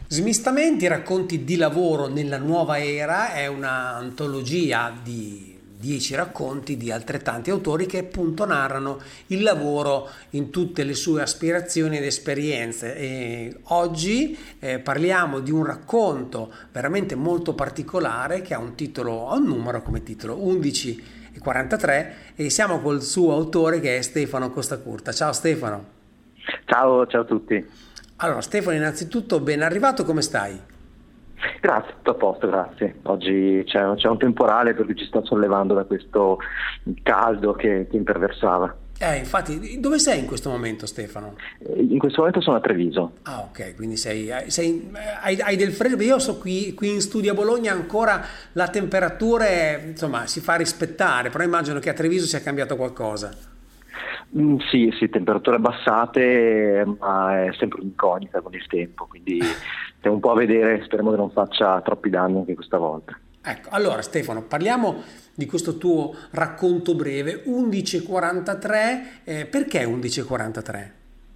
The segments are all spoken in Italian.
Smistamenti, racconti di lavoro nella nuova era è un'antologia di 10 racconti di altrettanti autori che appunto narrano il lavoro in tutte le sue aspirazioni ed esperienze. E oggi parliamo di un racconto veramente molto particolare che ha un numero come titolo 11:43 e siamo col suo autore che è Stefano Costacurta. Ciao Stefano. Ciao a tutti. Allora Stefano, innanzitutto ben arrivato, come stai? Grazie, tutto a posto, grazie. Oggi c'è un temporale per cui ci sto sollevando da questo caldo che imperversava. Infatti, dove sei in questo momento, Stefano? In questo momento sono a Treviso. Ah, ok, quindi hai del freddo. Io so qui in studio a Bologna ancora la temperatura insomma si fa rispettare, però immagino che a Treviso sia cambiato qualcosa. Sì, temperature abbassate, ma è sempre un'incognita con il tempo, quindi stiamo un po' a vedere, speriamo che non faccia troppi danni anche questa volta. Ecco, allora Stefano, parliamo di questo tuo racconto breve, 11:43, perché 11:43?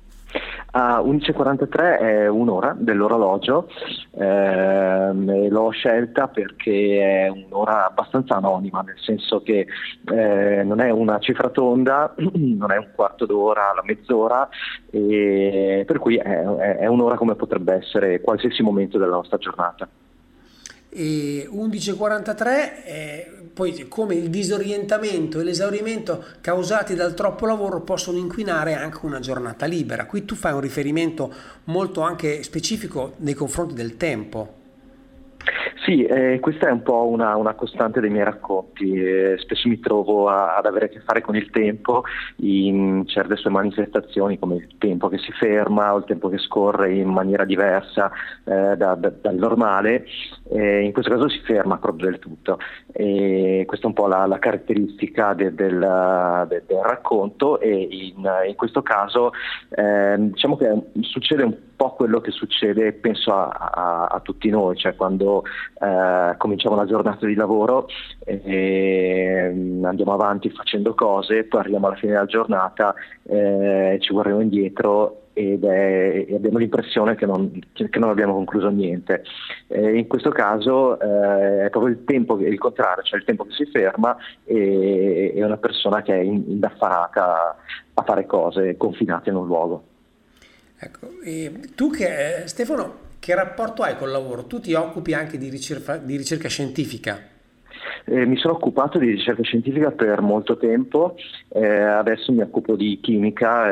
11:43 è un'ora dell'orologio, l'ho scelta perché è un'ora abbastanza anonima, nel senso che non è una cifra tonda, non è un quarto d'ora, la mezz'ora, e per cui è un'ora come potrebbe essere qualsiasi momento della nostra giornata. E 11:43 poi come il disorientamento e l'esaurimento causati dal troppo lavoro possono inquinare anche una giornata libera. Qui tu fai un riferimento molto anche specifico nei confronti del tempo. Sì, questa è un po' una costante dei miei racconti. Spesso mi trovo ad avere a che fare con il tempo in certe sue manifestazioni, come il tempo che si ferma o il tempo che scorre in maniera diversa dal normale. In questo caso si ferma proprio del tutto. E questa è un po' la caratteristica del racconto, e in questo caso diciamo che succede un po' quello che succede penso a tutti noi, cioè quando cominciamo la giornata di lavoro e andiamo avanti facendo cose, poi arriviamo alla fine della giornata, ci guardiamo indietro e abbiamo l'impressione che non abbiamo concluso niente. In questo caso è proprio il tempo, il contrario, cioè il tempo che si ferma e una persona che è indaffarata a fare cose confinate in un luogo. Ecco, e tu Stefano, che rapporto hai col lavoro? Tu ti occupi anche di ricerca scientifica? Mi sono occupato di ricerca scientifica per molto tempo, adesso mi occupo di chimica,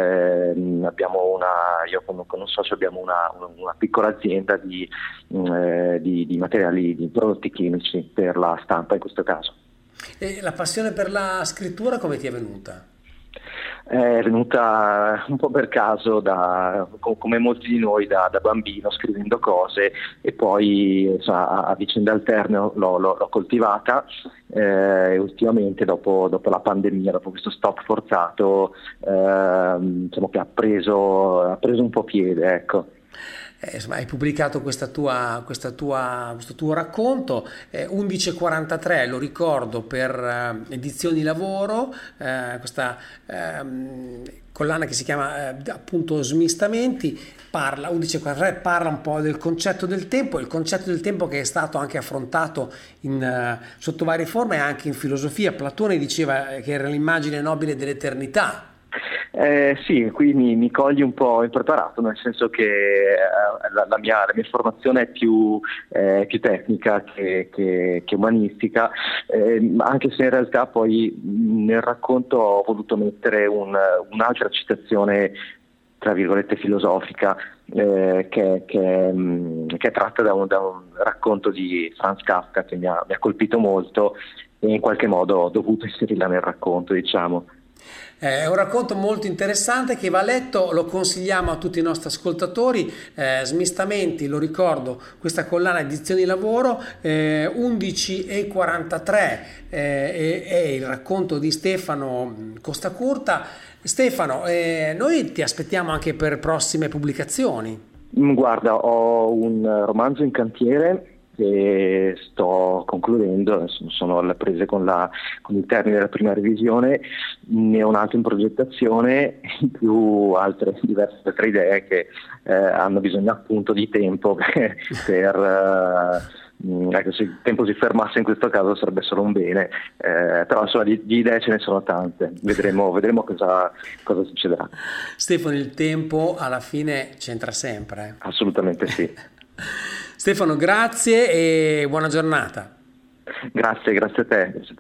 io con un socio abbiamo una piccola azienda di materiali, di prodotti chimici per la stampa in questo caso. E la passione per la scrittura come ti è venuta? È venuta un po' per caso, come molti di noi, da bambino, scrivendo cose, e poi insomma, a vicende alterne l'ho coltivata, e ultimamente dopo la pandemia, dopo questo stop forzato, diciamo che ha preso un po' piede, ecco. Insomma, hai pubblicato questo tuo racconto, 11:43, lo ricordo, per Edizioni Lavoro, questa collana che si chiama appunto Smistamenti. 11:43 parla un po' del concetto del tempo, il concetto del tempo che è stato anche affrontato sotto varie forme, anche in filosofia. Platone diceva che era l'immagine nobile dell'eternità. Sì, qui mi cogli un po' impreparato, nel senso che la mia formazione è più tecnica che umanistica, anche se in realtà poi nel racconto ho voluto mettere un'altra citazione, tra virgolette, filosofica, che è tratta da un racconto di Franz Kafka che mi ha colpito molto, e in qualche modo ho dovuto inserirla nel racconto, diciamo. È un racconto molto interessante che va letto, lo consigliamo a tutti i nostri ascoltatori. Smistamenti, lo ricordo, questa collana Edizioni Lavoro, 11:43 è il racconto di Stefano Costacurta. Stefano, noi ti aspettiamo anche per prossime pubblicazioni. Guarda, ho un romanzo in cantiere che sto concludendo, sono alle prese con il termine della prima revisione, ne ho un altro in progettazione, in più altre diverse altre idee che hanno bisogno appunto di tempo ecco, se il tempo si fermasse in questo caso sarebbe solo un bene, però insomma di idee ce ne sono tante, vedremo cosa succederà. Stefano, il tempo alla fine c'entra sempre. Assolutamente sì. Stefano, grazie e buona giornata. Grazie a te.